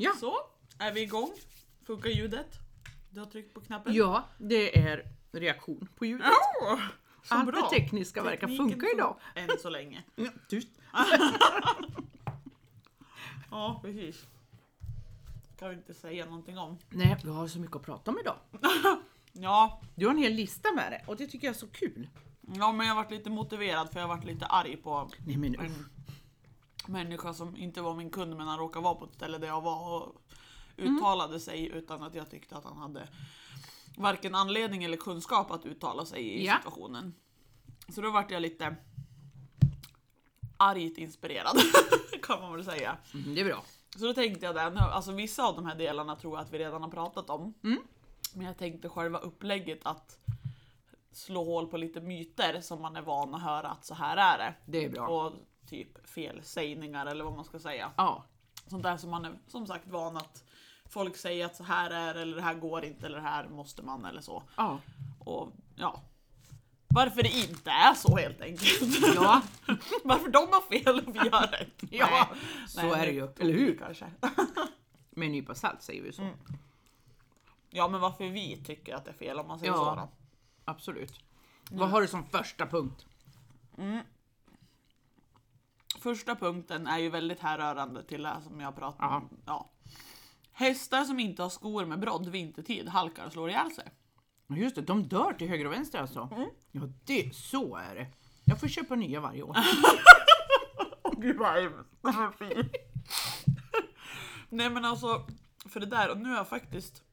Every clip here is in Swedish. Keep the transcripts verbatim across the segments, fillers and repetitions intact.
Ja. Så, är vi igång? Funkar ljudet? Du har tryckt på knappen? Ja, det är reaktion på ljudet. Oh, så Allt bra. det tekniska verkar Tekniken funka så- idag. Än så länge. Ja, tyst. Ja, precis. Kan vi inte säga någonting om. Nej, vi har så mycket att prata om idag. Ja, Du har en hel lista med det och det tycker jag är så kul. ja, men jag har varit lite motiverad för jag har varit lite arg på Nej, men, en människa som inte var min kund men han råkade vara på ett ställe där jag var och uttalade sig utan att jag tyckte att han hade varken anledning eller kunskap att uttala sig i Ja. situationen. Så då vart jag lite argt inspirerad kan man väl säga. mm, det är bra. Så då tänkte jag där, alltså vissa av de här delarna tror jag att vi redan har pratat om. Mm. Men jag tänkte själva upplägget att slå hål på lite myter som man är van att höra att så här är det. Det är bra. Och typ felsägningar eller vad man ska säga. Ja, Sånt där som man är som sagt van att folk säger att så här är eller det här går inte eller det här måste man eller så. ja. Och ja, varför det inte är så helt enkelt. Ja. Varför de har fel och vi har rätt. Ja, Nej. så Nej, är det ju. Eller hur? Kanske. Med en nypa salt säger vi så. Mm. Ja, men varför vi tycker att det är fel om man säger Ja. så då. Absolut. Vad har du som första punkt? Första punkten är ju väldigt härrörande till det som jag pratar Aha. om. Ja. Hästar som inte har skor med brodd vintertid halkar och slår ihjäl sig. Just det, de dör till höger och vänster alltså. Mm. Ja, det, så är det. Jag får köpa nya varje år. Åh gud vad hemskt. Nej men alltså, för det där, och nu har jag faktiskt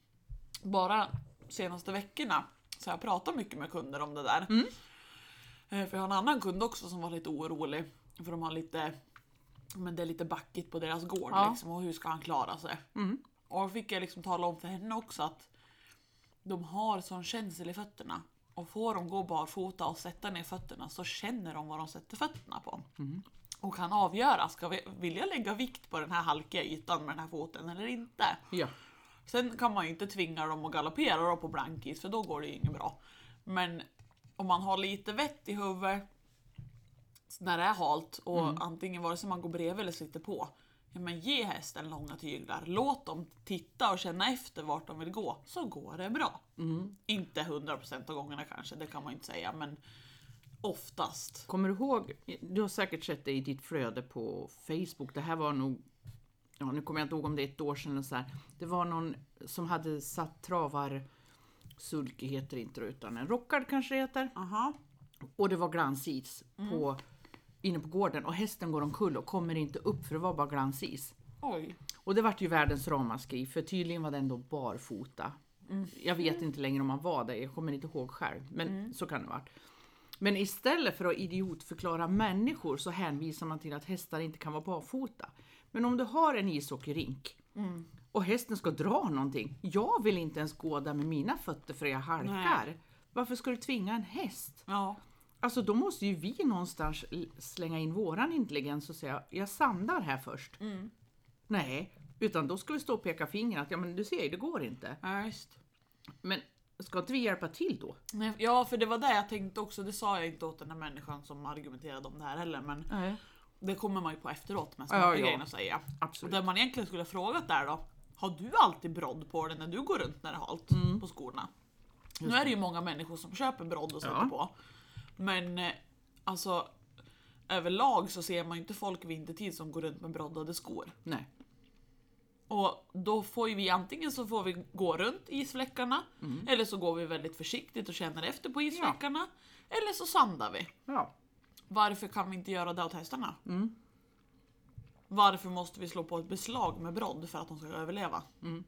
bara senaste veckorna så jag pratat mycket med kunder om det där. Mm. Eh, För jag har en annan kund också som var lite orolig. För de har lite, men det är lite backigt på deras gård Ja. liksom, och hur ska han klara sig? Mm. Och då fick jag liksom tala om för henne också att de har sån känsel i fötterna. Och får de gå barfota och sätta ner fötterna så känner de vad de sätter fötterna på. Mm. Och kan avgöra, ska vi, vill jag lägga vikt på den här halkiga ytan med den här foten eller inte? Ja. Sen kan man ju inte tvinga dem att galoppera då på blankis för då går det ju inget bra. Men om man har lite vett i huvudet när det är halt och Mm. antingen vare sig man går bredvid eller sitter på. Ja, men ge hästen långa tyglar. Låt dem titta och känna efter vart de vill gå. Så går det bra. Mm. Inte hundra procent av gångerna kanske, det kan man inte säga. Men oftast. Kommer du ihåg, du har säkert sett det i ditt flöde på Facebook. Det här var nog, ja nu kommer jag inte ihåg om det är ett år sedan eller så här. Det var någon som hade satt travar, sulke heter inte det, utan en rockad kanske det heter. Aha. Och det var glansis på, inne på gården och hästen går omkull och kommer inte upp för det var bara glansis. Oj. Och det vart ju världens ramaskri för tydligen var den då barfota. Jag vet inte längre om han var det, jag kommer inte ihåg själv, men så kan det vara. Men istället för att idiotförklara människor så hänvisar man till att hästar inte kan vara barfota. Men om du har en ishockeyrink och hästen ska dra någonting, jag vill inte ens gå där med mina fötter för jag halkar. Nej. Varför ska du tvinga en häst? Ja. Alltså då måste ju vi någonstans l- slänga in våran intelligens och säga, jag sandar här först. Mm. Nej, utan då ska vi stå och peka fingret att ja men du ser, det går inte. Ja, just. Men ska inte vi hjälpa till då? Nej, ja, för det var det jag tänkte också. Det sa jag inte åt den här människan som argumenterade om det här heller. Men Nej. det kommer man ju på efteråt med Ja, smarta ja. grejer att säga. Och Absolut. det man egentligen skulle ha frågat där då. Har du alltid brodd på dig när du går runt när det är halt på skorna? Nu är det ju många människor som köper brodd och sätter Ja. på. Men eh, alltså överlag så ser man ju inte folk vintertid som går runt med broddade skor. Nej. Och då får ju vi antingen så får vi gå runt isfläckarna. Eller så går vi väldigt försiktigt och känner efter på isfläckarna. Eller så sandar vi. Ja. Varför kan vi inte göra det åt hästarna? Mm. Varför måste vi slå på ett beslag med brodd för att de ska överleva?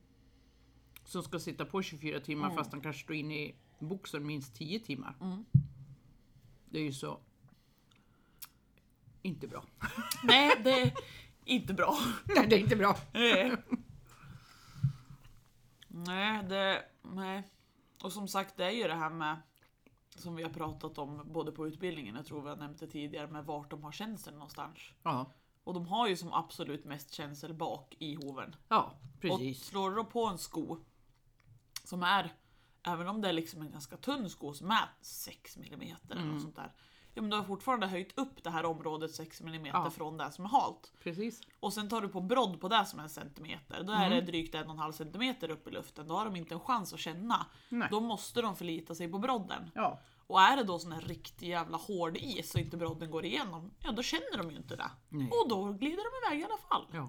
Som ska sitta på tjugofyra timmar Mm. fast han kanske står inne i boxen minst tio timmar. Mm. Det är ju så inte bra. Nej, det är inte bra. Nej, det är inte bra. Nej. Nej, det... Nej. Och som sagt, det är ju det här med som vi har pratat om både på utbildningen, jag tror vi har nämnt det tidigare, med vart de har känsel någonstans. Ja. Och de har ju som absolut mest känsel bak i hoven. Ja, Och precis. slår du då på en sko som är, även om det är liksom en ganska tunn sko som är sex millimeter eller något sånt där. ja, men du har fortfarande höjt upp det här området sex millimeter Ja. från det som är halt. Precis. Och sen tar du på brodd på det som är en centimeter. Då är Mm. det drygt en och en halv centimeter upp i luften. Då har de inte en chans att känna. Nej. Då måste de förlita sig på brodden. Ja. Och är det då sån här riktig jävla hård is och inte brodden går igenom, ja då känner de ju inte det. Nej. Och då glider de iväg i alla fall. Ja.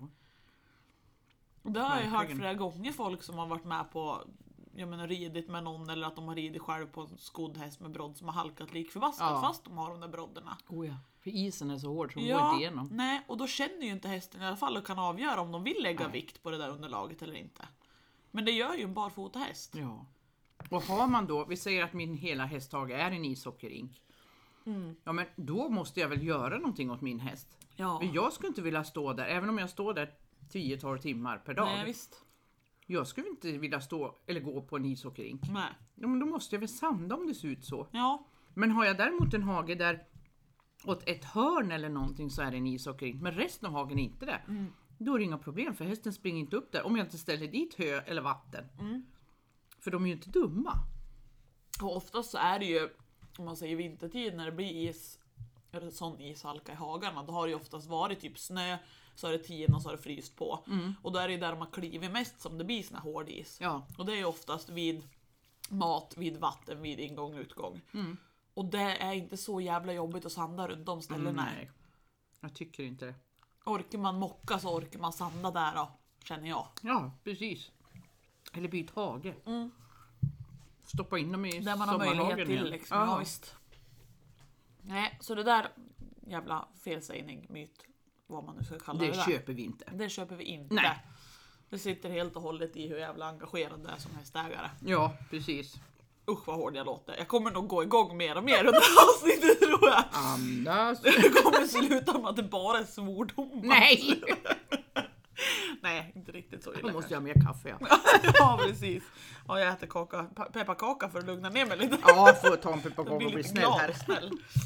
Och det har jag hört Verkligen. flera gånger, folk som har varit med på, jag menar, ridit med någon eller att de har ridit själv på en skodd häst med brodd som har halkat lik förbaskat Ja. fast de har de där brodderna. Oh ja. För isen är så hård så de går Ja, inte igenom. nej, och då känner ju inte hästen i alla fall och kan avgöra om de vill lägga Nej. vikt på det där underlaget eller inte. Men det gör ju en barfota häst. Ja. Och har man då, vi säger att min hela hästhage är en ishockeyrink. Mm. Ja men då måste jag väl göra någonting åt min häst. Ja, För jag skulle inte vilja stå där, även om jag står där tio tolv timmar per dag. nej visst. Jag skulle inte vilja stå eller gå på en ishockeyrink. Nej. Ja men då måste jag väl sanda om det ser ut så. Ja, Men har jag däremot en hage där åt ett hörn eller någonting så är det en ishockeyrink. Men resten av hagen är inte det. Mm. Då är det inga problem för hästen springer inte upp där. Om jag inte ställer dit hö eller vatten. Mm. För de är ju inte dumma. och oftast så är det ju, om man säger vintertid när det blir is, eller sån ishalka i hagarna, då har det ju oftast varit typ snö, så är det tiden och så har det fryst på. Mm. Och då är det ju där de har klivit mest som det blir sån här hård is. Ja. Och det är ju oftast vid mat, vid vatten, vid ingång och utgång. Mm. Och det är inte så jävla jobbigt att sanda runt de ställena. Nej. Jag tycker inte det. Orkar man mocka så orkar man sanda där då, känner jag. Ja, precis. Eller byt hage. Mm. Stoppa in dem i Där man har sommarhagen möjlighet till igen. liksom. Ja, visst. Nej, så det där jävla felsägning, myt, vad man nu ska kalla det, Det där. köper vi inte. Det köper vi inte. Nej. Det sitter helt och hållet i hur jävla engagerad det är som hästägare. Ja, precis. Usch vad hård jag låter. Jag kommer nog gå igång mer och mer under avsnittet tror jag. Andas. Det kommer sluta med att det bara är svordomar. Nej! Nej, inte riktigt så illa. Då måste jag ha mer kaffe. Ja, Ja, precis. Ja, jag äter kaka, pe- pepparkaka för att lugna ner mig lite. ja får jag ta en pepparkaka Jag och bli lite snäll glad här. och snäll.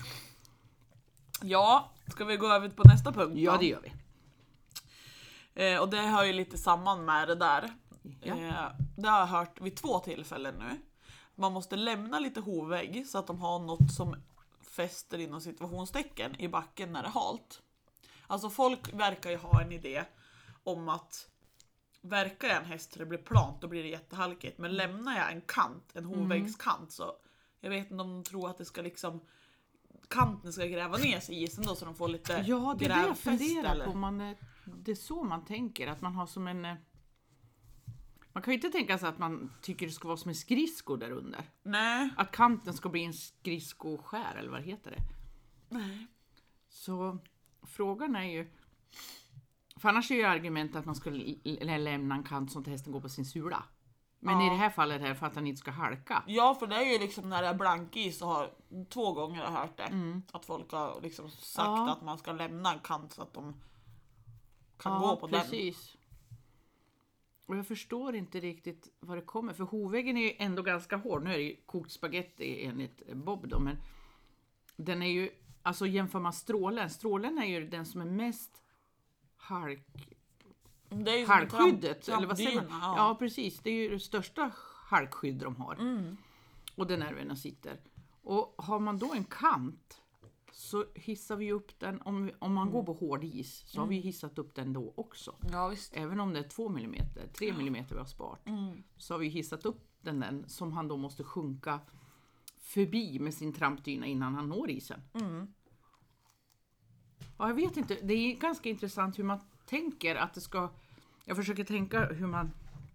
Ja, ska vi gå över på nästa punkt? Ja, då? det gör vi. Eh, och det hör ju lite samman med det där. Ja. Eh, det har jag hört vid två tillfällen nu. Man måste lämna lite hovvägg så att de har något som fäster inom situationstecken i backen när det är halt. Alltså folk verkar ju ha en idé om att verkar jag en häst så det blir plant, då blir det jättehalkigt. Men lämnar jag en kant, en hovväggskant, så jag vet inte om de tror att det ska liksom kanten ska gräva ner sig i isen då så de får lite Ja, det är det jag grävfäste, funderar eller? på. Man, eh, det är så man tänker, att man har som en... eh, Man kan ju inte tänka sig att man tycker det ska vara som en skridsko där under. Nej. Att kanten ska bli en skridskoskär, eller vad heter det? Nej. Så frågan är ju... För annars är ju argumentet att man ska l- l- lämna en kant som att hästen går på sin sula. Men Ja. i det här fallet är det för att han inte ska halka. Ja, för det är ju liksom när det är blankis så har två gånger jag har hört det. Mm. Att folk har liksom sagt Ja. att man ska lämna en kant så att de kan Ja, gå på den. precis. Och jag förstår inte riktigt vad det kommer. För hovväggen är ju ändå ganska hård. Nu är det ju kokt spaghetti enligt Bob då. Men den är ju, alltså jämför man strålen. Strålen är ju den som är mest halk, Det är ju som en halkskyddet. tramp- eller vad säger man? trampdyna, Ja. ja. precis. Det är ju det största halkskydd de har. Mm. Och där nerverna sitter. Och har man då en kant så hissar vi upp den. Om, vi, om man går på hård is så har vi hissat upp den då också. Ja, visst. Även om det är två millimeter, tre millimeter vi har sparat. Mm. Så har vi hissat upp den, den som han då måste sjunka förbi med sin trampdyna innan han når isen. Mm. Ja, jag vet inte, det är ganska intressant hur man tänker att det ska... Jag försöker tänka hur man...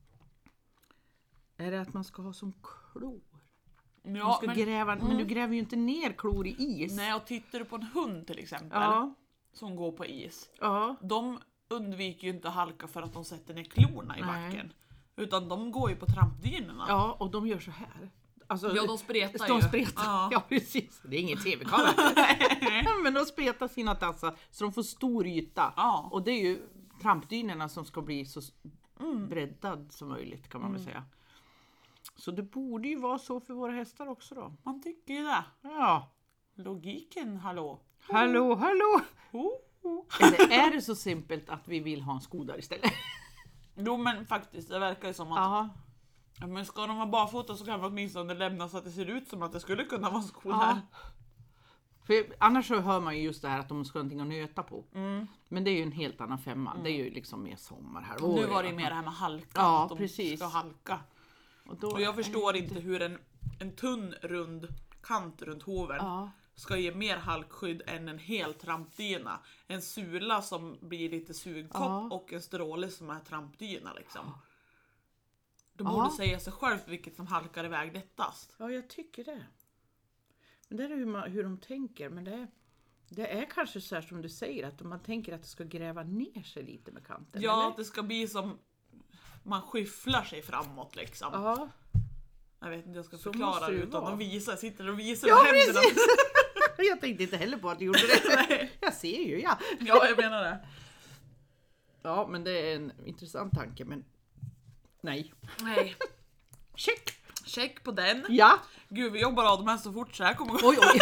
Är det att man ska ha som klor? Man Ja, ska men, gräva, men du gräver ju inte ner klor i is. nej, och tittar du på en hund till exempel Ja, som går på is. ja, De undviker ju inte halka för att de sätter ner klorna i Nej. backen. Utan de går ju på trampdynorna. ja, och de gör så här. Alltså, Ja, de spretar de ju. spretar. Ja. Ja, precis. Det är ingen tv-kamera. Men de spretar sina tassar så de får stor yta. Ja. Och det är ju trampdynorna som ska bli så breddad som möjligt kan man väl säga. Så det borde ju vara så för våra hästar också då. Man tycker ju det. Ja. Logiken, hallå. Hallå, hallå! Oh, oh. Eller är det så simpelt att vi vill ha en sko där istället? Jo, men faktiskt, det verkar ju som att Ja. ja, men ska de vara barfota så kan man åtminstone lämna så att det ser ut som att det skulle kunna vara skor Ja. här. För annars så hör man ju just det här att de ska ha någonting att nöta på. Mm. Men det är ju en helt annan femma. Mm. Det är ju liksom mer sommar här. Och nu var det ju mer det här med halka. Ja, att de precis. ska halka. Och, då, och jag förstår inte hur en, en tunn rund kant runt hoven ja. ska ge mer halkskydd än en hel trampdyna. En sula som blir lite sugkopp ja. och en stråle som är trampdyna liksom. Ja. De borde ja. säga sig själv vilket som halkar iväg lättast. Ja, jag tycker det. Men det är hur, man, hur de tänker. Men det är, det är kanske så här som du säger. Att man tänker att det ska gräva ner sig lite med kanten. Ja, eller? Det ska bli som man skyfflar sig framåt liksom. Ja. Jag vet inte, jag ska så förklara det utan att visa. Jag sitter och visar ja, med händerna. Jag tänkte inte heller på att du gjorde det. Nej. Jag ser ju, ja. Ja, jag menar det. Ja, men det är en intressant tanke, men nej. Nej. Check. Check på den. Ja. Gud, vi jobbar av de här så fort så här kommer Oj, oj.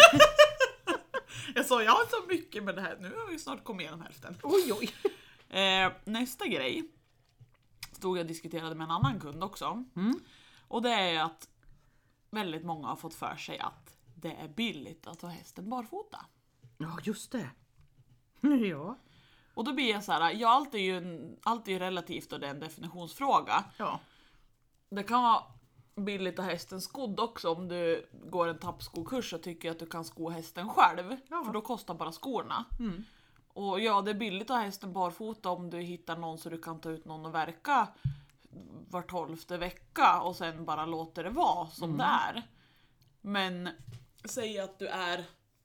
Jag sa, jag har inte så mycket med det här. Nu har vi snart kommit igenom hälften. Oj, oj. Eh, nästa grej stod jag och diskuterade med en annan kund också. Mm. Och det är att väldigt många har fått för sig att det är billigt att ha hästen barfota. Ja, just det. Ja. Och då blir jag så här, ja, allt är ju, en, allt är ju relativt och det är en definitionsfråga. Ja. Det kan vara billigt att ha hästen skodd också om du går en tappskokurs och tycker att du kan sko hästen själv. Ja. För då kostar bara skorna. Mm. Och ja, det är billigt att ha hästen barfota om du hittar någon så du kan ta ut någon och verka var tolfte vecka och sen bara låter det vara som mm. det är. Men säg att du är,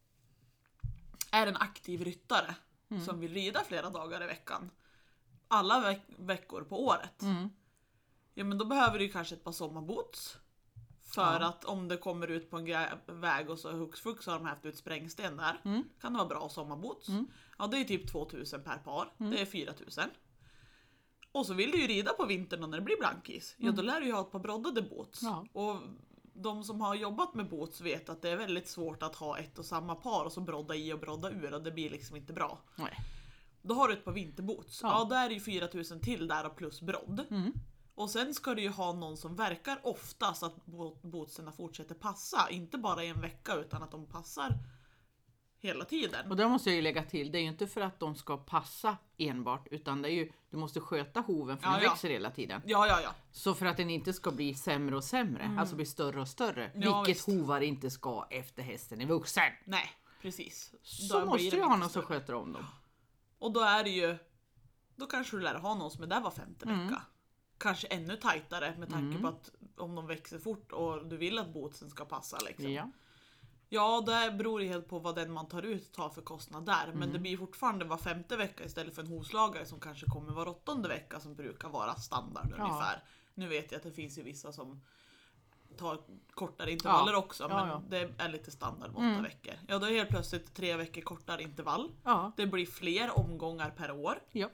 är en aktiv ryttare mm. som vill rida flera dagar i veckan. Alla veck- veckor på året. Mm. Ja, men då behöver du kanske ett par sommarboots. För ja. att om det kommer ut på en gre- väg och så hux flux har de haft ut sprängsten där. Mm. Kan det vara bra sommarboots. Mm. Ja, det är typ tvåtusen per par. Mm. Det är fyra tusen. Och så vill du ju rida på vintern och när det blir blankis. Mm. Ja, då lär du ju ha ett par broddade boots. Ja. Och de som har jobbat med boots vet att det är väldigt svårt att ha ett och samma par och så brodda i och brodda ur och det blir liksom inte bra. Nej. Då har du ett par vinterboots. Ja, Ja där är ju fyra tusen till där och plus brodd. Mm. Och sen ska du ju ha någon som verkar ofta så att bootserna fortsätter passa. Inte bara i en vecka utan att de passar hela tiden. Och där måste jag ju lägga till, det är ju inte för att de ska passa enbart, utan det är ju, du måste sköta hoven för ja, den ja. växer hela tiden. Ja, ja, ja. Så för att den inte ska bli sämre och sämre, mm. alltså bli större och större, ja, vilket visst. hovar inte ska efter hästen är vuxen. Nej, precis. Så då måste du ha någon som sköter om dem. Och då är det ju, då kanske du lär ha någon som är där var femte mm. vecka. Kanske ännu tajtare med tanke mm. på att om de växer fort och du vill att bootsen ska passa liksom. Ja. Ja, det beror ju helt på vad den man tar ut tar för kostnad där. Men mm. det blir fortfarande var femte vecka istället för en hovslagare som kanske kommer var åttonde vecka som brukar vara standard ja. ungefär. Nu vet jag att det finns ju vissa som tar kortare intervaller ja. också. Ja, men ja. det är lite standard med åtta mm. veckor. Ja, då är det helt plötsligt tre veckor kortare intervall. Ja. Det blir fler omgångar per år. Ja.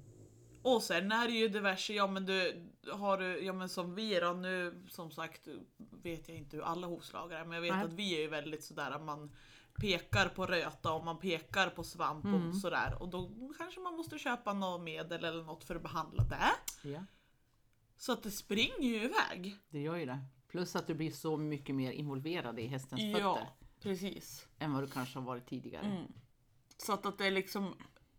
Och sen är det ju diverse, ja men du har du, ja men som vi då nu, som sagt vet jag inte hur alla hovslagare, men jag vet Nej. att vi är ju väldigt sådär att man pekar på röta och man pekar på svamp mm. och sådär. Och då kanske man måste köpa något medel eller något för att behandla det. Ja. Så att det springer ju iväg. Det gör ju det. Plus att du blir så mycket mer involverad i hästens fötter. Ja, precis. Än vad du kanske har varit tidigare. Mm. Så att, att det är liksom,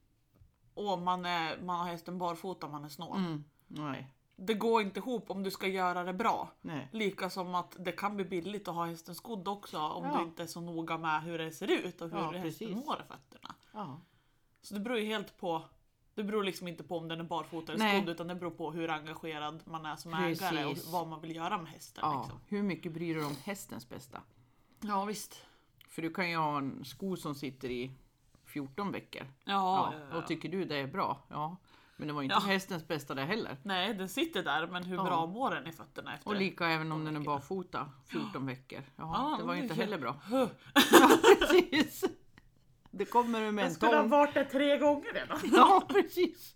åh, man, är, man har hästen barfota, man är snål. Mm. Nej. Det går inte ihop om du ska göra det bra. Nej. Lika som att det kan bli billigt att ha hästen skodd också om ja. du inte är så noga med hur det ser ut och hur ja, hästen mår i fötterna. Ja. Så det beror ju helt på, det beror liksom inte på om den är barfota eller Nej. skodd, utan det beror på hur engagerad man är som Precis. ägare och vad man vill göra med hästen. Ja. Liksom. Hur mycket bryr du dig om hästens bästa? Ja, visst. För du kan ju ha en sko som sitter i fjorton veckor. Ja, Ja, ja, ja. och tycker du det är bra? Ja. Men det var ju inte Ja. hästens bästa det heller. Nej, den sitter där, men hur Ja. bra mår den i fötterna efter? Och lika även om den är veckorna. barfota fjorton veckor. Ja, Ja, det var ju det inte är- heller bra. Huh. Ja, precis. Det kommer med en tång. varit där tre gånger redan. Ja, precis.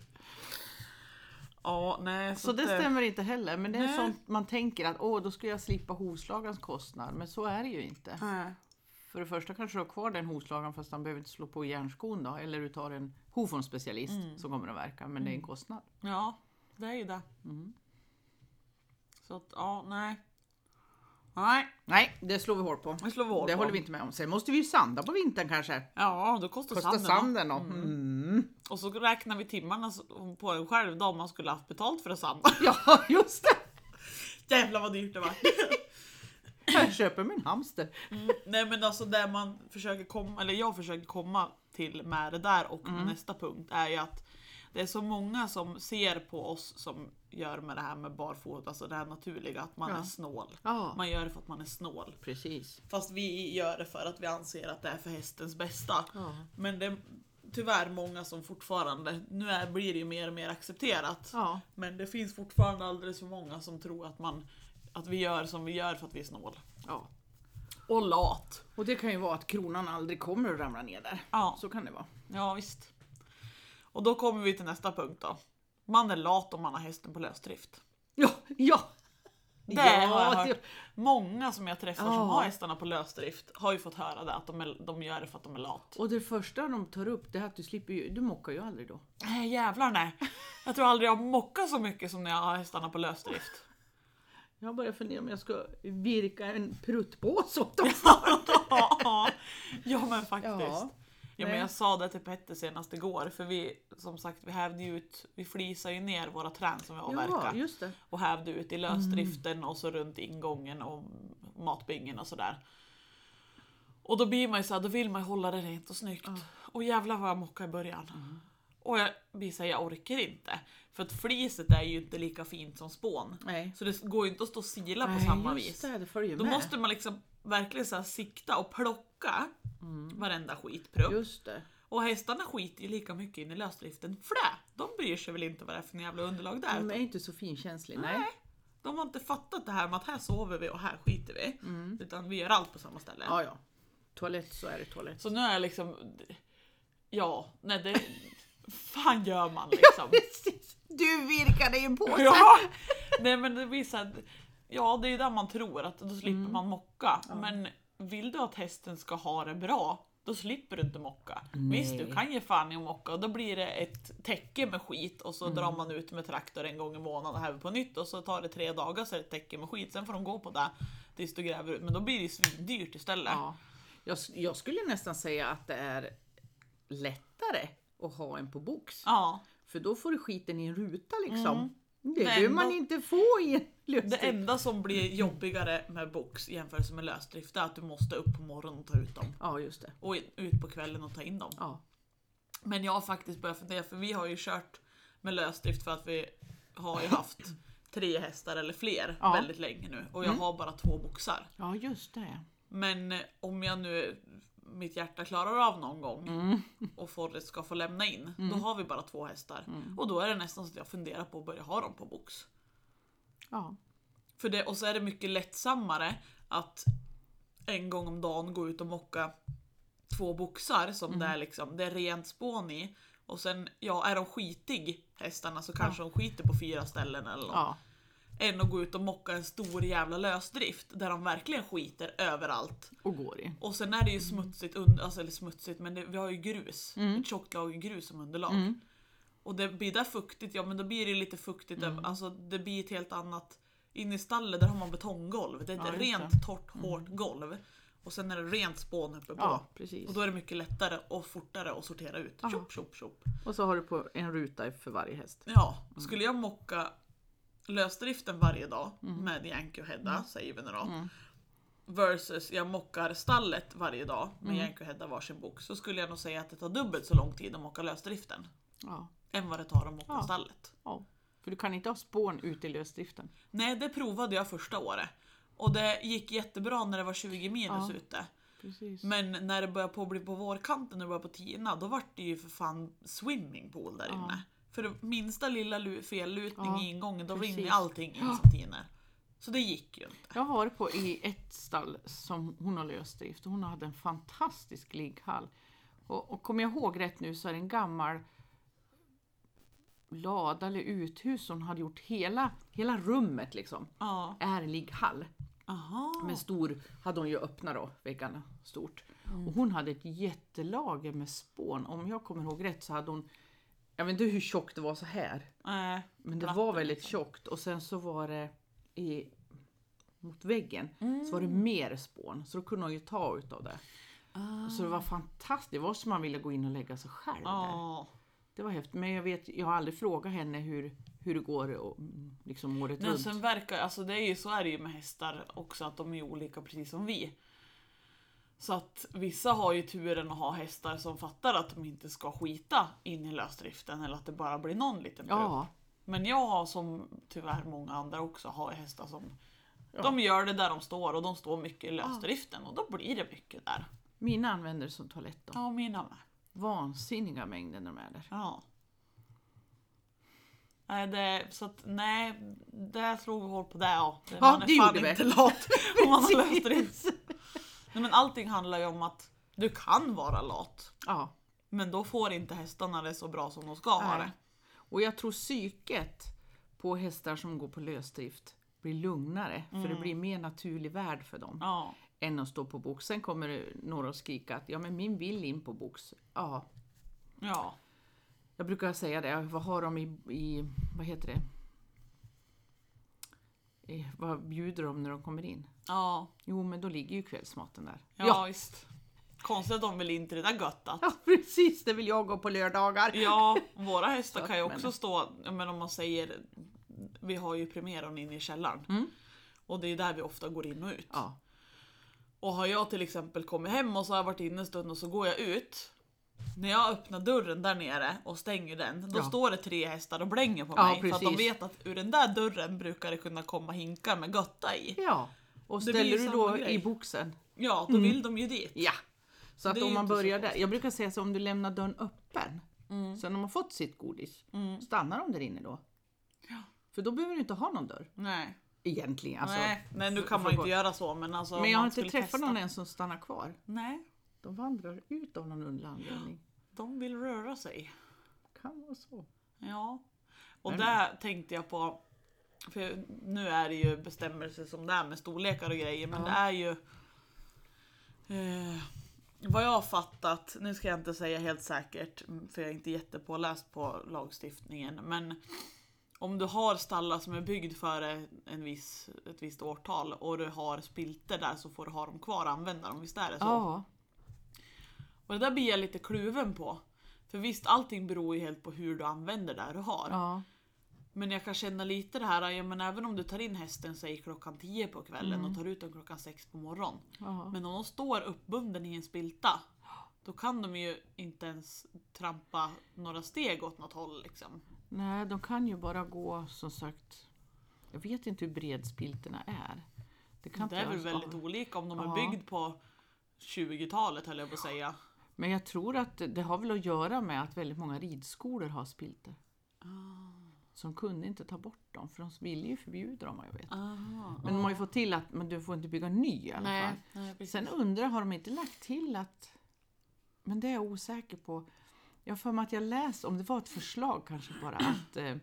Ja, nej. Så det att, eh, stämmer inte heller. Men det är Nej. sånt man tänker att åh, då ska jag slippa hovslagarens kostnad. Men så är det ju inte. Nej. För det första kanske du har kvar den hovslagaren fast han behöver inte slå på järnskon då. Eller du tar en hovformsspecialist Mm. som kommer att verka. Men det är en kostnad. Ja, det är ju det. Mm. Så att, ja, nej. Nej, Nej, det slår vi hål på. det slår vi hål Det på. håller vi inte med om. Sen måste vi ju sanda på vintern kanske. Ja, då kostar, Kostar sanden. sanden då. då. Mm. Och så räknar vi timmarna på en själv då om man skulle haft betalt för att sanda. Ja, just det. Jävlar vad dyrt det var. Jag köper min hamster. Mm. Nej men alltså där man försöker komma, eller jag försöker komma till med det där och Mm. nästa punkt är ju att det är så många som ser på oss som gör med det här med barfot, alltså det här naturliga, att man Ja. är snål. Ja, Man gör det för att man är snål. precis. Fast vi gör det för att vi anser att det är för hästens bästa. Ja. Men det är tyvärr många som fortfarande, nu är, blir det ju mer och mer accepterat. Ja. Men det finns fortfarande alldeles för många som tror att man att vi gör som vi gör för att vi är snål. Ja. Och lat. Och det kan ju vara att kronan aldrig kommer att ramla ner där. Ja, Så kan det vara. ja visst. Och då kommer vi till nästa punkt då. Man är lat om man har hästen på lösdrift. Ja, ja. Det har jag ja, hört. det- Många som jag träffar som Ja. har hästarna på lösdrift har ju fått höra det, att de, är, de gör det för att de är lat. Och det första de tar upp det är att du slipper ju, du mockar ju aldrig då. Nej jävlar nej. Jag tror aldrig jag har mockat så mycket som när jag har hästarna på lösdrift. Jag börjar fundera om jag ska virka en pruttpåse åt dem. Ja men faktiskt. Ja. Ja, men jag sa det till Petter senast igår, för vi som sagt vi hävde ju ut, vi flisar ju ner våra trän som vi Ja, avverkar just det. och hävde ut i lösdriften och så runt ingången och matbingen och sådär. Och då blir man ju så här, då vill man ju hålla det rent och snyggt. Och jävlar vad jag mockade i början. Och jag blir så här, jag orkar inte. För att fliset är ju inte lika fint som spån. Nej. Så det går ju inte att stå och sila på Nej, samma just vis. Det, det följer Då med. måste man liksom verkligen så här sikta och plocka varenda skitprupp. Just det. Och hästarna skiter ju lika mycket in i lösdriften för det. De bryr sig väl inte vad det är för en jävla underlag där. De är inte så finkänsliga. Nej. Nej. De har inte fattat det här med att här sover vi och här skiter vi. Utan vi gör allt på samma ställe. Ja, ja. Toalett så är det toalett. Så nu är jag liksom... Ja, nej det... fan gör man liksom? Precis. Du virkade ju på sig. Ja, nej men det blir så här, ja det är där man tror att då slipper man mocka. Men vill du att hästen ska ha det bra, då slipper du inte mocka. Nej. Visst, du kan ge fan i att mocka och då blir det ett täcke med skit och så drar man ut med traktor en gång i månaden och häver på nytt och så tar det tre dagar så är det ett täcke med skit. Sen får de gå på det tills du gräver ut, men då blir det svindyrt istället. Ja. Jag, jag skulle nästan säga att det är lättare att ha en på box. Ja. För då får du skiten i en ruta liksom. Mm. Det Men behöver man då- inte få i en Det lösdrift. enda som blir jobbigare med box i jämförelse med lösdrift är att du måste upp på morgonen och ta ut dem. Ja, just det. Och ut på kvällen och ta in dem. Ja. Men jag har faktiskt börjat fundera, för vi har ju kört med lösdrift för att vi har ju haft tre hästar eller fler Ja. väldigt länge nu. Och jag har bara två boxar. Ja, just det. Men eh, om jag nu, mitt hjärta klarar av någon gång Mm. och Forrest ska få lämna in, då har vi bara två hästar. Och då är det nästan så att jag funderar på att börja ha dem på box. Ja. För det, och så är det mycket lättsammare att en gång om dagen gå ut och mocka två boxar som det är liksom, det är rent spån i. Och sen, ja, är de skitig hästarna så kanske de skiter på fyra ställen eller något. Ja. Än att gå ut och mocka en stor jävla lösdrift där de verkligen skiter överallt. Och går i. Och sen är det ju smutsigt, under, alltså eller smutsigt, men det, vi har ju grus. Ett tjockt lager grus som underlag. Och det blir där fuktigt, ja men då blir det lite fuktigt, alltså det blir ett helt annat. In i stallet där har man betonggolv, det är ett Ja, just rent det. torrt hårt golv. Och sen är det rent spån uppe på. Ja, precis. Och då är det mycket lättare och fortare att sortera ut. Ja. Tjopp, tjopp, tjopp. Och så har du på en ruta för varje häst. Ja, skulle jag mocka lösdriften varje dag med Yankee och Hedda, säger vi nu då. Versus jag mockar stallet varje dag med Yankee och Hedda varsin box. Så skulle jag nog säga att det tar dubbelt så lång tid att mocka lösdriften Ja. än vad det tar att mocka Ja. stallet. Ja. För du kan inte ha spån ute i lösdriften. Nej, det provade jag första året. Och det gick jättebra när det var tjugo minus Ja. ute. Precis. Men när det började på bli på vårkanten, när det började på tina, då var det ju för fan swimmingpool där inne. För det minsta lilla lu- fellutning Ja, i ingången, då precis. rinner allting in som tiner. Så det gick ju inte. Jag har varit på i ett stall som hon har lösdrift och hon hade en fantastisk ligghall. Och, och kommer jag ihåg rätt nu så är det en gammal lada eller uthus som hon hade gjort hela, hela rummet liksom. Ja. Är en ligghall. Aha. Men stor hade hon ju öppnat då, väggarna stort. Och hon hade ett jättelager med spån. Om jag kommer ihåg rätt så hade hon, jag vet inte hur tjockt det var så här. Nej, Men det platten var väldigt liksom. tjockt. Och sen så var det i mot väggen. Mm. Så var det mer spån. Så då kunde hon ju ta utav det. Ah. Så det var fantastiskt. Det var som man ville gå in och lägga sig själv ah. där. Det var häftigt. Men jag vet, jag har aldrig frågat henne hur, hur det går och, liksom året Nej, runt. Sen verkar, alltså det är ju, så är det ju med hästar också, att de är olika precis som vi. Så att vissa har ju turen att ha hästar som fattar att de inte ska skita in i lösdriften, eller att det bara blir någon liten pröv. Ja. Men jag har, som tyvärr många andra också, har hästar som ja. de gör det där de står, och de står mycket i lösdriften ja. och då blir det mycket där. Mina använder som toalett då. Ja, mina med. Vansinniga mängder när de är där. Ja. Nej, det, så att, nej, där slog vi hål på det, ja. Det, ja, man är det fan gjorde inte vi. lat om man har lösdrift. Nej, men allting handlar ju om att du kan vara lat. Ja. Men då får inte hästarna det så bra som de ska nej. ha det. Och jag tror psyket på hästar som går på lösdrift blir lugnare. Mm. För det blir mer naturlig värld för dem. Ja. Än att stå på box. Sen kommer det några att skrika att ja, men min vill in på box. Ja. Ja. Jag brukar säga det. Vad har de i, i vad heter det? I, vad bjuder de när de kommer in? Ja. Jo, men då ligger ju kvällsmaten där. Ja, ja. Visst. Konstigt att de vill in till det där göttat. Ja, precis. Det vill jag gå på lördagar. Ja, våra hästar kan ju också stå, men om man säger, vi har ju premiären inne i källaren. Mm. Och det är där vi ofta går in och ut. Ja. Och har jag till exempel kommit hem och så har jag varit inne en stund och så går jag ut. När jag öppnar dörren där nere och stänger den, då ja. står det tre hästar och blänger på ja, mig. Precis. För att de vet att ur den där dörren brukar det kunna komma hinkar med götta i. Ja, och ställer du då grej. i boxen? Ja, då mm. vill de ju dit. Ja, så att om man börjar där. Jag brukar säga så, om du lämnar dörren öppen, mm. sen har man fått sitt godis, mm. stannar de där inne då? Ja. För då behöver du inte ha någon dörr. Nej. Egentligen. Alltså, nej, nej, nu kan man inte göra så. Men, alltså, men jag har inte träffat någon än som stannar kvar. Nej. De vandrar ut av någon underlig anledning. De vill röra sig. Kan vara så. Ja. Och men. där tänkte jag på, för nu är det ju bestämmelser som det är med storlekar och grejer. Men ja. det är ju eh, vad jag har fattat, nu ska jag inte säga helt säkert, för jag är inte jättepåläst på lagstiftningen. Men om du har stallar som är byggd för en viss, ett visst årtal och du har spilter där, så får du ha dem kvar och använda dem, visst är det så? Ja. Och det där blir jag lite kluven på. För visst, allting beror ju helt på hur du använder det du har. Ja. Men jag kan känna lite det här, ja, men även om du tar in hästen säg klockan tio på kvällen mm. och tar ut den klockan sex på morgon. Ja. Men om de står uppbunden i en spilta, då kan de ju inte ens trampa några steg åt något håll liksom. Nej, de kan ju bara gå, som sagt, jag vet inte hur bred spilterna är. Det, kan det är väl väldigt olika om de ja. är byggd på tjugotalet, höll jag på att säga. Men jag tror att det har väl att göra med att väldigt många ridskolor har spilter. Ah. Så de kunde inte ta bort dem, för de ville ju förbjuda dem, jag vet. Ah, men de har ju fått till att men du får inte bygga ny i alla nej, fall. Nej, sen undrar, har de inte lagt till att, men det är jag osäker på. Jag för mig att jag läste, om det var ett förslag kanske bara, att eh,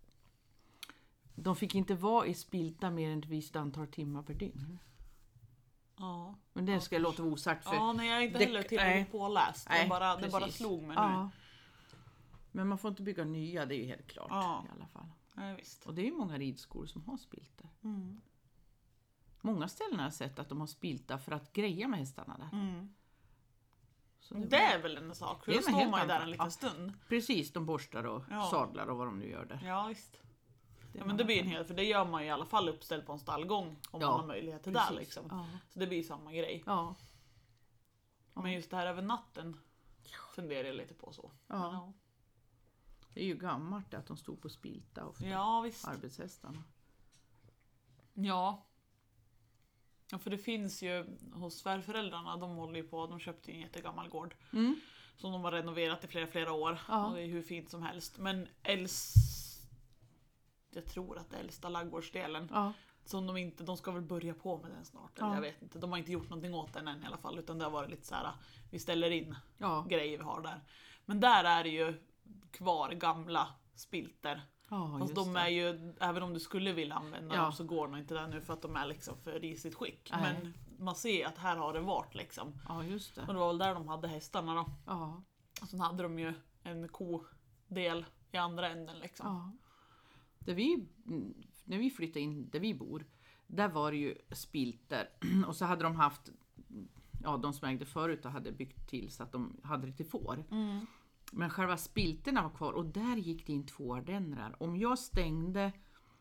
de fick inte vara i spilta mer än ett visst antal timmar per dygn. Ja. Men det ska jag låta vara osagt. För ja, nej, jag är inte heller tillräckligt påläst. Nej, det, bara, det bara slog mig ja. nu. Men man får inte bygga nya, det är ju helt klart ja. i alla fall. Ja, visst. Och det är ju många ridskolor som har spilter. Mm. Många ställen har jag sett att de har spilta för att greja med hästarna där. Mm. Så det, det är väl en sak, för då står man ju där en liten ja. stund. Precis, de borstar och ja. sadlar och vad de nu gör där. Ja, visst. Ja, men det blir en hel, för det gör man ju i alla fall uppställd på en stallgång om ja, man har möjlighet till det liksom. Ja. Så det blir samma grej. Ja. Ja. Men just det här över natten funderar jag lite på så. Ja. Men, ja. Det är ju gammalt att de stod på spilta ofta. Ja, visst. Arbetshästarna. Ja. Ja, för det finns ju hos svärföräldrarna, de håller ju på, de köpte en jättegammal gård. Mm. Som de har renoverat i flera, flera år. Ja. Och det är hur fint som helst. Men äls... jag tror att det äldsta laggårdsdelen. Ja. Som de inte, de ska väl börja på med den snart. Eller ja. jag vet inte, de har inte gjort någonting åt den än i alla fall. Utan det har varit lite så här, vi ställer in ja. grejer vi har där. Men där är det ju kvar gamla spilter. Ja, fast de är ju, även om du skulle vilja använda ja. dem så går de inte där nu för att de är liksom för risigt skick. Nej. Men man ser att här har det varit liksom. Ja, just det. Och det var väl där de hade hästarna då. Ja. Och sen hade de ju en kodel i andra änden liksom. Ja. Där vi, när vi flyttade in där vi bor, Där var det ju spilter. Och så hade de haft, ja de som ägde förut och hade byggt till så att de hade det till får. Mm. Men själva spilterna var kvar och där gick det in två ardennrar. Om jag stängde,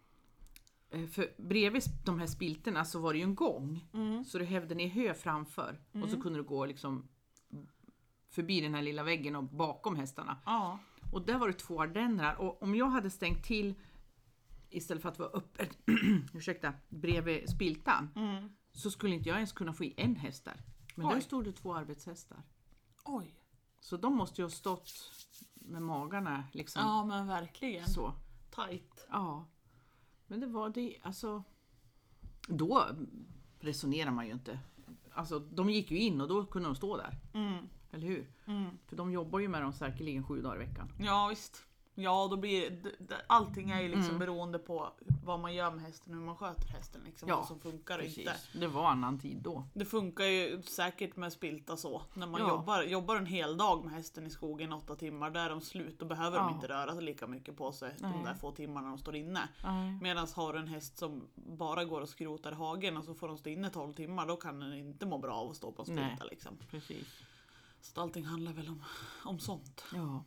för bredvid de här spilterna så var det ju en gång. Mm. Så du hävde ner hö framför. Mm. Och så kunde du gå liksom förbi den här lilla väggen och bakom hästarna. Ja. Och där var det två ardennrar. Och om jag hade stängt till istället för att vara öppet ursäkta, bredvid spiltan. Mm. Så skulle inte jag ens kunna få i en häst där. Men Oj. där stod det två arbetshästar. Oj. Så de måste ju ha stått med magarna liksom. Ja, men verkligen. Så. Tight. Ja. Men det var det, alltså. Då resonerar man ju inte. Alltså de gick ju in och då kunde de stå där. Mm. Eller hur? Mm. För de jobbar ju med dem säkerligen sju dagar i veckan. Ja, visst. Ja, då blir det, det, allting är ju liksom Mm. beroende på vad man gör med hästen, hur man sköter hästen liksom, Ja, vad som funkar och Precis. inte. Det var annan tid då. Det funkar ju säkert med spilta så. När man Ja. jobbar, jobbar en hel dag med hästen i skogen åtta timmar, där är de slut. Då behöver Ja. de inte röra sig lika mycket på sig Nej. de där få timmarna de står inne. Nej. Medan har du en häst som bara går och skrotar i hagen och så får de stå inne tolv timmar, då kan den inte må bra av att stå på en spilta Nej. liksom. Precis. Så att allting handlar väl om, om sånt. Ja.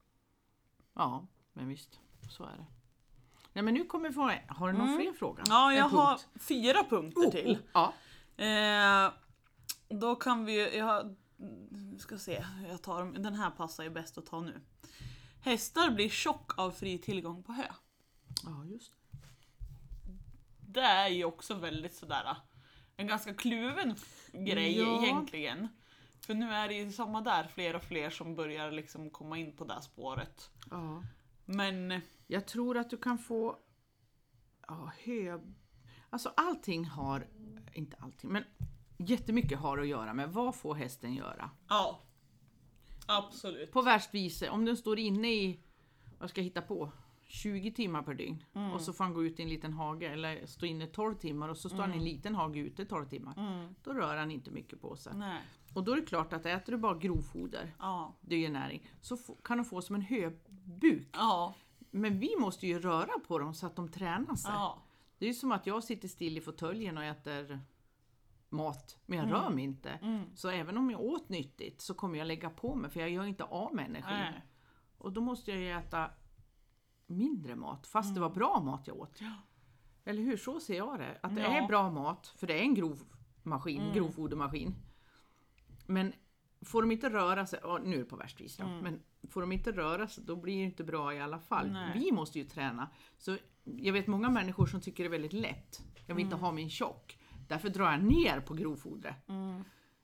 Ja, men visst. Så är det. Nej, men nu kommer vi få. Har du någon Mm. fler fråga? Ja, jag En har punkt? fyra punkter Oh, till. oh, ja. Eh, då kan vi, jag har- ska se, jag tar dem. Den här passar ju bäst att ta nu. Hästar blir tjock av fri tillgång på hö. Ja, just. Det är ju också väldigt sådär en ganska kluven grej Ja. egentligen. För nu är det ju samma där, fler och fler som börjar liksom komma in på det spåret. Ja. Men Jag tror att du kan få ja, hö... Alltså allting har, inte allting, men jättemycket har att göra med vad får hästen göra. ja, absolut. På värst vis, om den står inne i, vad ska jag hitta på, tjugo timmar per dygn. Mm. Och så får han gå ut i en liten hage eller stå inne tolv timmar och så står han i en liten hage ute tolv timmar. Mm. Då rör han inte mycket på sig. Nej. Och då är det klart att äter du bara grovfoder, Ja. det är ju näring, så f- kan de få som en höbuk. Ja. Men vi måste ju röra på dem så att de tränar sig. Ja. Det är ju som att jag sitter still i fåtöljen och äter mat, men jag Mm. rör mig inte. Mm. Så även om jag åt nyttigt så kommer jag lägga på mig, för jag gör inte av med energi. Nej. Och då måste jag ju äta mindre mat, fast Mm. det var bra mat jag åt. Ja. Eller hur, så ser jag det. Att det Ja. är bra mat, för det är en grov maskin, Mm. grovfodermaskin. Men får de inte röra sig, ja, nu är det på värst vis då, Mm. men får de inte röra sig då blir det inte bra i alla fall. Nej. Vi måste ju träna. Så jag vet många människor som tycker det är väldigt lätt. Jag vill inte Mm. ha min tjock. Därför drar jag ner på grovfodret. Mm.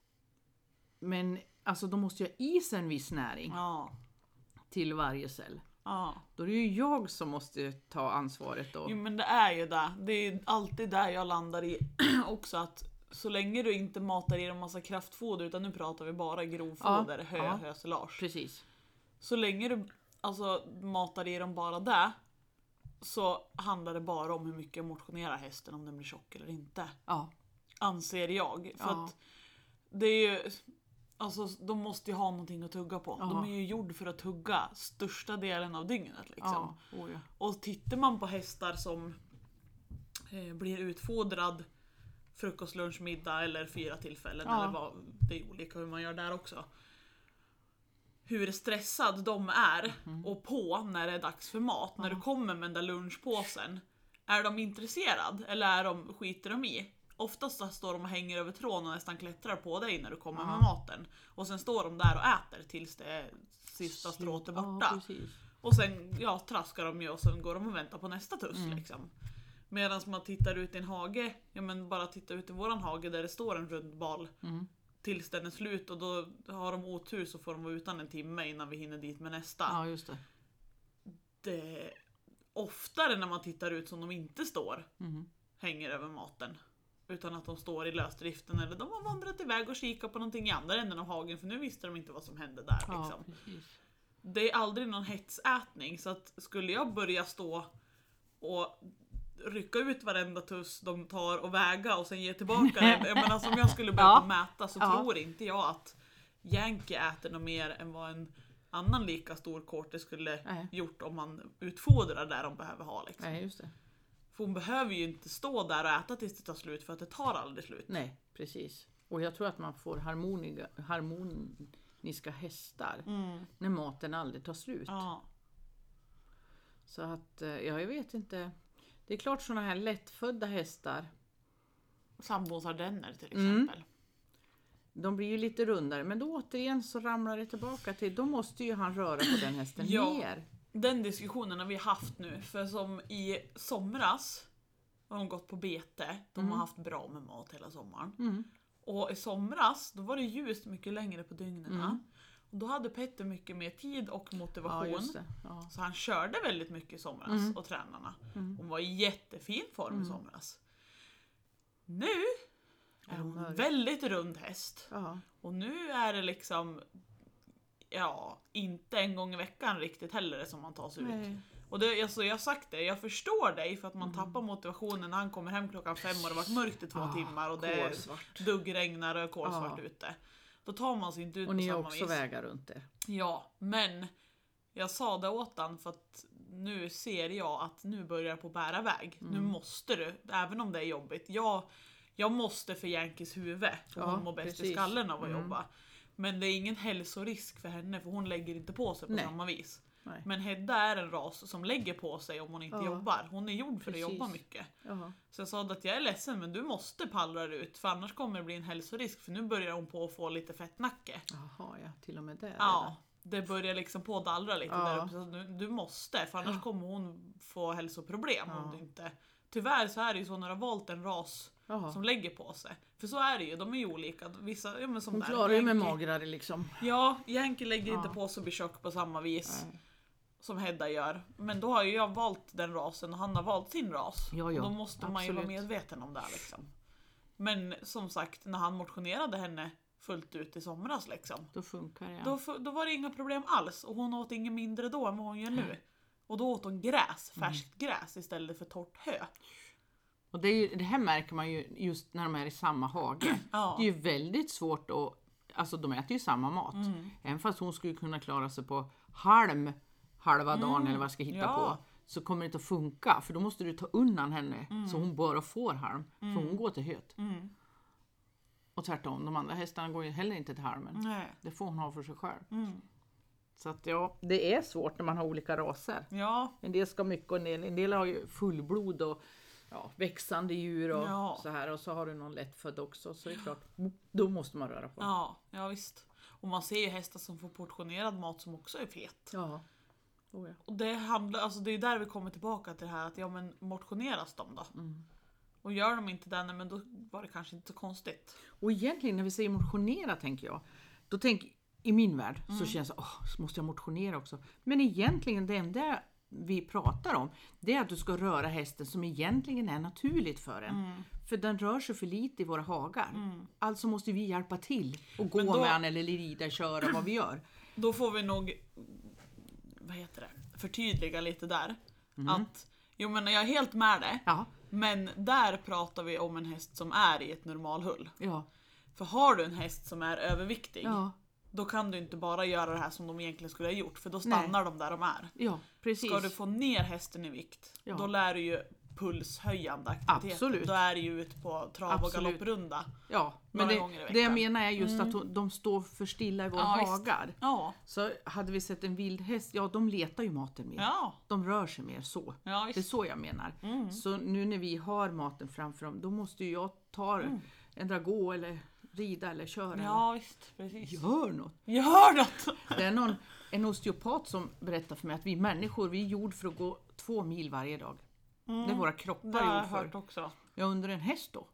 Men alltså då måste jag i sig en viss näring Ja. till varje cell. Ja. Då är det ju jag som måste ta ansvaret då. Jo, men det är ju det. Det är ju alltid där jag landar i också, att så länge du inte matar i en massa kraftfoder, utan nu pratar vi bara grovfoder, Ja, hö, ja. hösilage. Precis. Så länge du alltså matar i dem bara det, så handlar det bara om hur mycket motionerar hästen, om den blir tjock eller inte. Ja. Anser jag. För Ja. att det är ju, alltså de måste ju ha någonting att tugga på. Ja. De är ju gjord för att tugga största delen av dygnet liksom. Ja. Oh, ja. Och tittar man på hästar som eh, blir utfodrad frukost, lunch, middag eller fyra tillfällen, Ja. eller vad, det är olika hur man gör där också. Hur stressad de är och på när det är dags för mat, när du kommer med den där lunchpåsen. Är de intresserade eller är de, skiter de i? Oftast så står de och hänger över tråden och nästan klättrar på dig när du kommer Ja. med maten. Och sen står de där och äter tills det är sista strået är borta. Ja, precis. Och sen ja, traskar de ju och sen går de och väntar på nästa tuss Mm. liksom. Medan man tittar ut i en hage, ja men bara titta ut i våran hage där det står en rund bal Mm. tills den är slut, och då har de otur så får de vara utan en timme innan vi hinner dit med nästa. Ja, just det. Det är oftare när man tittar ut som de inte står, Mm. hänger över maten. Utan att de står i lösdriften eller de har vandrat iväg och kikat på någonting i andra änden av hagen, för nu visste de inte vad som hände där Ja, liksom. precis. Det är aldrig någon hetsätning, så att skulle jag börja stå och rycka ut varenda tuss de tar och väga och sen ge tillbaka den. Jag menar, om jag skulle börja Ja. mäta så Ja. tror inte jag att Yankee äter något mer än vad en annan lika stor korte skulle Nej. gjort om man utfodrar där de behöver ha liksom. Nej, just det. För hon behöver ju inte stå där och äta tills det tar slut, för att det tar aldrig slut. Nej, precis. Och jag tror att man får harmoniga, harmoniska hästar Mm. när maten aldrig tar slut. Ja. Så att, ja, jag vet inte. Det är klart sådana här lättfödda hästar, Sambons ardenner till Mm. exempel. de blir ju lite rundare. Men då återigen så ramlar det tillbaka till, då måste ju han röra på den hästen Ja. mer. Den diskussionen har vi haft nu, för som i somras har de gått på bete. De Mm. har haft bra med mat hela sommaren. Mm. Och i somras, då var det ljust mycket längre på dygnen. Mm. Och då hade Petter mycket mer tid och Ja, motivation. just det. Ja. Så han körde väldigt mycket i somras, Mm. och tränarna. Mm. Hon var i jättefin form i Mm. somras. Nu är hon mörk. väldigt rund häst. Ja. Och nu är det liksom, ja, inte en gång i veckan riktigt heller som man tar sig ut. Nej. Och det, alltså, jag har sagt det, jag förstår dig, för att man Mm. tappar motivationen när han kommer hem klockan fem och det har varit mörkt i två Ah, timmar och det är kolsvart. duggregnar och kolsvart Ja. ute. Då tar man sig inte ut Och på ni har samma också vis. vägar runt det. Ja, men jag sa det åt han för att nu ser jag att nu börjar jag på bära väg. Nu Mm. måste du, även om det är jobbigt. Jag, jag måste för Yankees huvud. För Ja, hon mår bäst i precis. skallen av att Mm. jobba. Men det är ingen hälsorisk för henne, för hon lägger inte på sig på Nej. samma vis. Nej. Men Hedda är en ras som lägger på sig om hon inte Ja. jobbar. Hon är gjord för Precis. att jobba mycket. Jaha. Så jag sa att jag är ledsen, men du måste pallra dig ut, för annars kommer det bli en hälsorisk. För nu börjar hon på att få lite fettnacke. Jaha, ja, till och med det. Ja, det börjar liksom på att dallra lite Ja. där uppe. Så du, du måste, för annars kommer hon få hälsoproblem om Ja. du inte... Tyvärr så är det ju så när du har valt en ras Jaha. som lägger på sig. För så är det ju, de är ju olika. Vissa, ja, men som Hon där, klarar ju med Yankee- magrare liksom. Ja, Yankee lägger Ja. inte på sig och blir tjock på samma vis Nej. som Hedda gör. Men då har ju jag valt den rasen och han har valt sin ras. Ja, ja, och då måste man ju vara absolut. medveten om det här, liksom. Men som sagt, när han motionerade henne fullt ut i somras liksom. Då funkar det. Ja. Då, f- då var det inga problem alls. Och hon åt inget mindre då än vad hon gör nu. Och då åt hon gräs, färskt gräs istället för torrt hö. Och det, är ju, det här märker man ju just när de är i samma hage. Ja. Det är ju väldigt svårt att, alltså de äter ju samma mat. Mm. Även fast hon skulle kunna klara sig på halm halva dagen Mm. eller vad jag ska hitta Ja. på. Så kommer det inte att funka. För då måste du ta undan henne så hon bara får halm. För hon går till höet. Mm. Och tvärtom, de andra hästarna går ju heller inte till halmen. Nej. Det får hon ha för sig själv. Mm. Så att ja, det är svårt när man har olika raser. Ja. En del ska mycket och en del, en del har ju fullblod och ja, växande djur och Ja. så här. Och så har du någon lättfödd också. Så det är klart, då måste man röra på. Ja, ja visst. Och man ser ju hästar som får portionerad mat som också är fet. Ja. Oh, ja. Och det handlar, alltså det är där vi kommer tillbaka till det här att ja, men motioneras de då? Mm. Och gör de inte det, nej, men då var det kanske inte så konstigt. Och egentligen när vi säger motionera tänker jag. Då tänker i min värld så känns det, åh, så måste jag motionera också. Men egentligen det enda vi pratar om, det är att du ska röra hästen som egentligen är naturligt för en. Mm. För den rör sig för lite i våra hagar. Mm. Alltså måste vi hjälpa till och gå Men då- med han eller rida, köra, vad vi gör. Då får vi nog, vad heter det, förtydliga lite där. Att, jo men jag är helt med det. Ja, Men där pratar vi om en häst som är i ett normalhull. ja, För har du en häst som är överviktig, ja, då kan du inte bara göra det här som de egentligen skulle ha gjort. För då stannar de där de är. ja, precis. Ska du få ner hästen i vikt, Ja. då lär du ju pulshöjande aktiviteter. Absolut. Då är det ju ut på trav och Absolut. galopprunda. Ja, men några det, gånger i veckan. det jag menar är just att hon- de står för stilla i våra Ja, visst. hagar. Ja, Så hade vi sett en vild häst, ja de letar ju maten mer. ja, De rör sig mer så. ja Det är visst. så jag menar. Mm. Så nu när vi har maten framför dem, då måste ju jag ta en gå eller rida eller köra. Ja visst, precis. Eller gör något. Gör något! Det är någon, en osteopat som berättar för mig att vi människor, vi är gjord för att gå två mil varje dag. Det är våra Det kroppar har jag gjord för. hört också. Ja, under en häst då.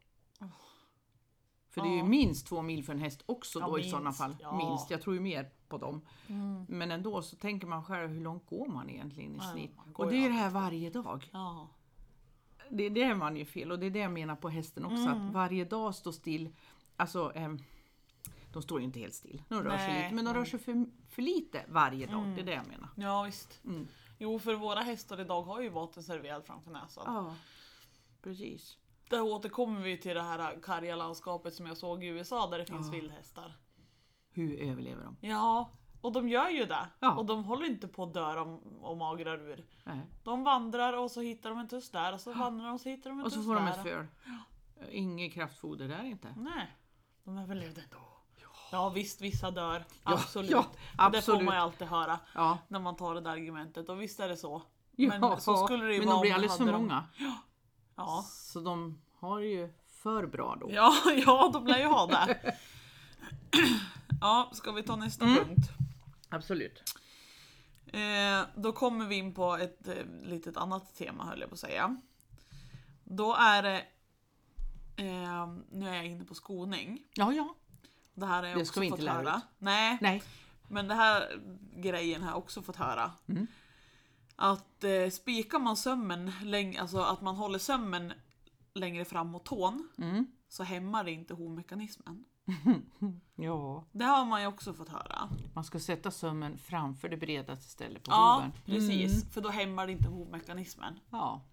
För det är ju Ja. minst två mil för en häst också Ja, då i minst, sådana fall. ja. Minst, jag tror ju mer på dem. Mm. Men ändå så tänker man själv, hur långt går man egentligen i Ja, snitt? man går Och det ju är det här varje dag. Ja. Det, det är man ju fel och det är det jag menar på hästen också. Mm. Att varje dag står still, alltså ehm, de står ju inte helt still. De rör sig Nej, lite, men de nej. rör sig för, för lite varje dag. Mm. Det är det jag menar. Ja visst. Mm. Jo, för våra hästar idag har ju maten serverad framför näsan. Ja, precis. Där återkommer vi till det här karga landskapet som jag såg i U S A där det finns Ja. vildhästar. Hur överlever de? Ja, Och de gör ju det. Ja. Och de håller inte på att dö om, och magrar ur. Nej. De vandrar och så hittar de en tuss där. Och så vandrar de och så hittar de en Och tuss så får de där. ett föl. Inget kraftfoder där inte. Nej, de överlevde ändå. Ja visst, vissa dör. Absolut. Ja, absolut. Det får man ju alltid höra Ja. när man tar det där argumentet. Och visst är det så. Ja, Men så skulle det ju men vara de blir om alldeles för hade många. De... Ja. Så de har ju för bra då. Ja, ja, de lär ju ha det. Ja, ska vi ta nästa Mm. punkt? Absolut. Eh, då kommer vi in på ett eh, litet annat tema, höll jag på att säga. Då är det... Eh, nu är jag inne på skoning. Ja, ja. Det här har jag Det också ska vi fått inte lära höra. ut. Nej, Nej. men det här grejen har jag också fått höra. Mm. Att eh, spikar man sömmen, läng- alltså att man håller sömmen längre fram mot tån, Mm. så hämmar det inte hovmekanismen. Ja. Det har man ju också fått höra. Man ska sätta sömmen framför det bredaste stället på Ja, hoven. precis. Mm. För då hämmar det inte hovmekanismen. Ja.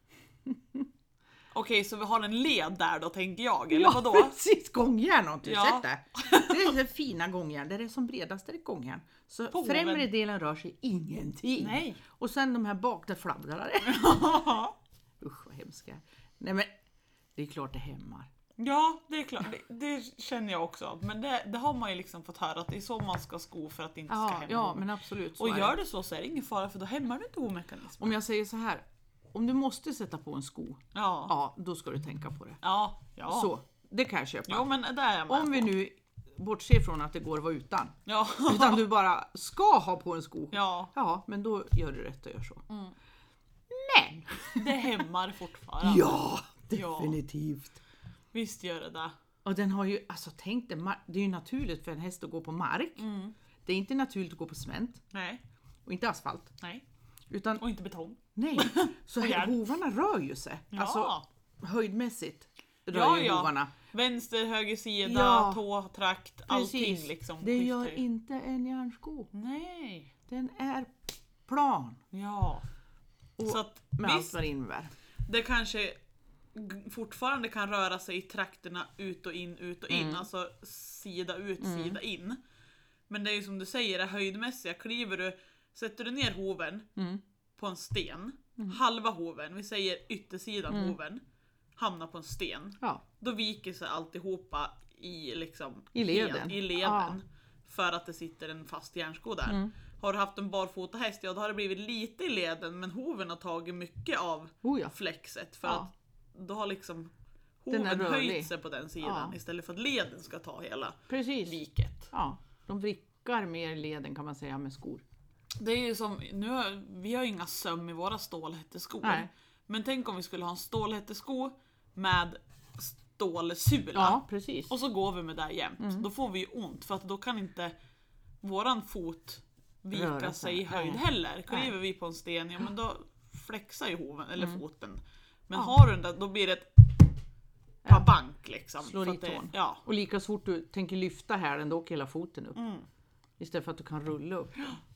Okej, så vi har en led där då, tänker jag. Eller Ja, vadå? precis. Gångjärn har inte du Ja. sett det? Det är så fina gångjärn. Där det är som bredast är det gångjärn. Så På främre hoven. delen rör sig ingenting. Nej. Och sen de här bak, där fladdrar det. Usch vad hemska. Nej men, det är klart det hämmar. Ja, det är klart. Det, det känner jag också. Men det, det har man ju liksom fått höra att det är så man ska sko för att det inte ska Ja, hämma. ja men absolut. Så Och är gör det. det så så är det ingen fara, för då hämmar du inte hovmekanismen. Om jag säger så här. Om du måste sätta på en sko, Ja. ja då ska du tänka på det. Ja. Ja. Så, det kan jag köpa. Jo, men det är jag med Om vi på. nu bortser från att det går att vara utan. Ja. Utan du bara ska ha på en sko. Ja. Ja, men då gör du rätt och gör så. Mm. Men! Det hämmar fortfarande. Ja, definitivt. Visst gör det det. Och den har ju, alltså tänk dig, mar- det är ju naturligt för en häst att gå på mark. Mm. Det är inte naturligt att gå på cement Nej. och inte asfalt. Nej. Utan, Och inte betong. nej, så Och här, järn. hovarna rör ju sig. Ja. Alltså höjdmässigt rör Ja, ju ja. hovarna. Vänster, höger sida, Ja. tå, trakt, allting liksom. Det skiftar gör ju. inte en järnsko. Nej. Den är plan. Ja. Och Så att med allt visst, vad det innebär. det kanske g- fortfarande kan röra sig i trakterna ut och in, ut och in. Mm. Alltså sida ut, Mm. sida in. Men det är ju som du säger, det höjdmässiga. Kliver du, sätter du ner hoven Mm. på en sten, Mm. halva hoven, vi säger yttersidan Mm. hoven, hamnar på en sten. Ja, Då viker sig alltihopa i, liksom, I leden. helt- i leden. Ja. För att det sitter en fast järnsko där. Mm. Har du haft en barfota häst, ja då har det blivit lite i leden, men hoven har tagit mycket av oh ja. flexet. För Ja. att då har liksom Den är hoven rörlig. höjt sig på den sidan Ja. istället för att leden ska ta hela Precis. viket. Ja, de vrickar mer leden kan man säga med skor. Det är ju som, nu har, vi har ju inga söm i våra stålhätteskor. Nej. Men tänk om vi skulle ha en stålhättesko med stålsula. Ja, precis. Och så går vi med det jämt. Mm. Då får vi ju ont för att då kan inte våran fot vika Röra sig. sig i höjd Nej. heller. Kliver Nej. vi på en sten, ja men då flexar ju hoven, eller Mm. foten. Men Ja. har du den där, då blir det ett Ja. bank liksom. Slår För i att det- tån. Ja. Och lika så fort du tänker lyfta hälen, då åker hela foten upp. Mm. Istället för att du kan rulla upp.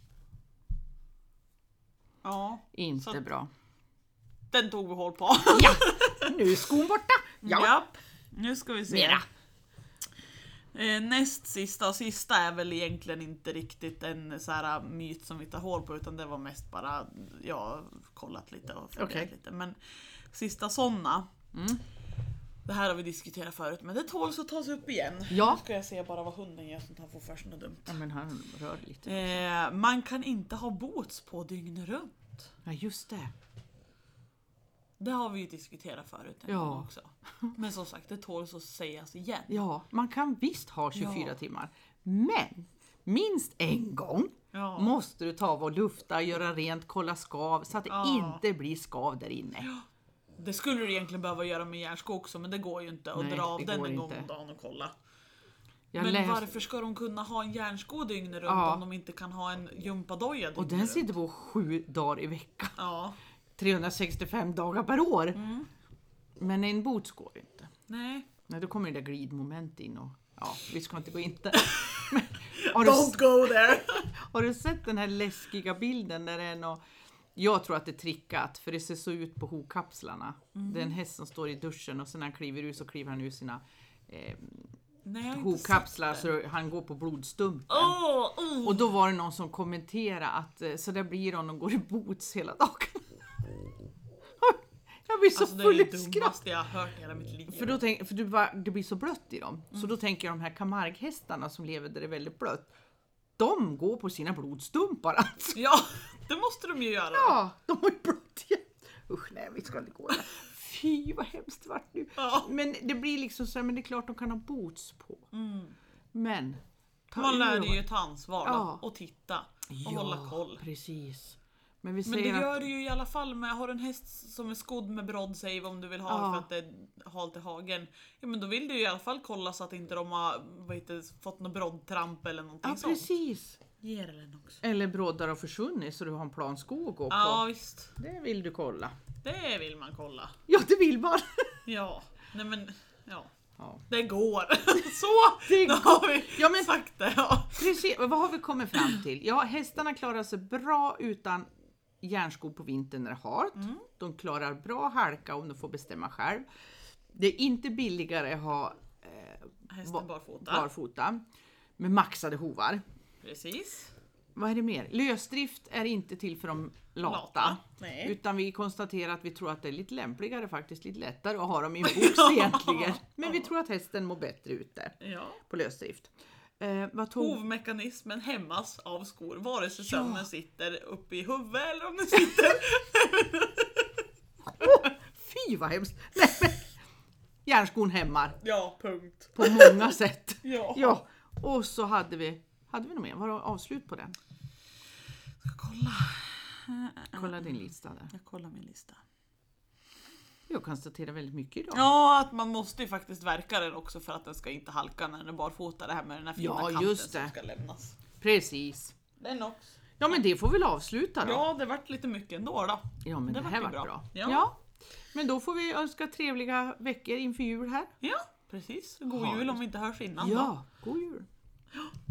Ja, Inte Så att- bra. den tog vi håll på. Ja, nu är skon borta. Ja, Japp. Nu ska vi se. mera. Eh, näst sista, och sista är väl egentligen inte riktigt en så här myt som vi tar hål på, utan det var mest bara, jag har kollat lite och funderat Okej. lite. Men sista såna, Mm. det här har vi diskuterat förut, men det tåls att tas upp igen. Ja. Nu ska jag se bara vad hunden gör så att han får för sig något dumt. Ja, men han rör lite. Eh, man kan inte ha boots på dygnet runt. Ja, just det. Det har vi ju diskuterat förut en Ja. gång också. Men som sagt, det tåls att sägas igen. Ja, man kan visst ha tjugofyra Ja. timmar. Men minst en gång Ja. måste du ta av och lufta, göra rent, kolla skav så att det Ja. inte blir skav där inne. Det skulle du egentligen behöva göra med järnsko också, men det går ju inte att Nej, dra av det den går en gång inte. om dagen och kolla. Jag Men läste- varför ska de kunna ha en järnsko dygnet runt Ja. om de inte kan ha en gympadoja dygnet Och den runt? sitter på sju dagar i veckan. Ja. trehundrasextiofem dagar per år. Mm. Men en boots går inte. Nej. Nej, då kommer det där glidmoment in och ja, vi ska inte gå in där. Men har, du, Don't go there! har du sett den här läskiga bilden där det är nå- jag tror att det är trickat för det ser så ut på hovkapslarna. Mm. Det är en häst som står i duschen och sen när han kliver ut så kliver han ur sina eh, Nej, jag har inte hovkapslar sett det. så han går på blodstumpen. Åh, oh. Och då var det någon som kommenterade att eh, så där blir de och går i boots hela dagen. Jag blir så Alltså det är full det i skratt. dummaste jag har hört i hela mitt liv. För, då tänk, för du bara, det blir så blött i dem. Mm. Så då tänker jag de här kamarghästarna som lever där det är väldigt blött. De går på sina blodstumpar alltså. Ja, det måste de ju göra. Ja, de har ju blött igen. Usch nej, vi ska inte gå där. Fy vad hemskt det vart nu. Ja. Men det blir liksom så här, men det är klart de kan ha boots på. Mm. Men ta Man ur lär dem. ju ta ansvar Ja. då, och titta och Ja, hålla koll. Precis. Men, vi Men det säger gör att, du ju i alla fall med, har du en häst som är skodd med broadsave om du vill ha Ja. för att det är halt i hagen. Ja men då vill du ju i alla fall kolla så att inte de har vad heter, fått någon broddtramp eller någonting ja, sånt. precis. Ge det den också. Eller broddar har försvunnit så du har en plan sko att gå på. Ja visst, Det vill du kolla. det vill man kolla. Ja, det vill man. Ja, nej men ja. Ja. Det går. Så, Det då går. har vi Ja, men- sagt det. Ja. Precis, vad har vi kommit fram till? Ja, hästarna klarar sig bra utan järnskor på vintern när det är halt. Mm. De klarar bra halka om de får bestämma själv. Det är inte billigare att ha eh, Hästen ba- barfota. barfota med maxade hovar. Precis. Vad är det mer? Lösdrift är inte till för de lata. Lata. Nej. Utan vi konstaterar att vi tror att det är lite lämpligare faktiskt, lite lättare att ha dem i en box egentligen. Men vi tror att hästen mår bättre ute Ja. på lösdrift. Eh, vad tog... Hovmekanismen hämmas av skor, vare sig Ja. sömnen sitter uppe i huvudet eller om den sitter... Oh, fy vad hemskt! Nej, men... Järnskon hämmar Ja, punkt. på många sätt. Ja. Ja, och så hade vi, hade vi något mer? Var det avslut på den? Ska kolla. Kolla din lista där. Jag kollar min lista. Jag konstaterar väldigt mycket idag. Ja, att man måste ju faktiskt verka den också för att den ska inte halka när den är barfota. Det här med den här fina Ja, kanten just det. som ska lämnas. Precis. Den också. Ja, men det får väl avsluta då. Ja, det vart lite mycket ändå då. Ja, men det, Det här vart var ju bra. bra. Ja. Ja. Men då får vi önska trevliga veckor inför jul här. Ja, precis. God Ha jul det. om vi inte hörs innan då. Ja, god jul.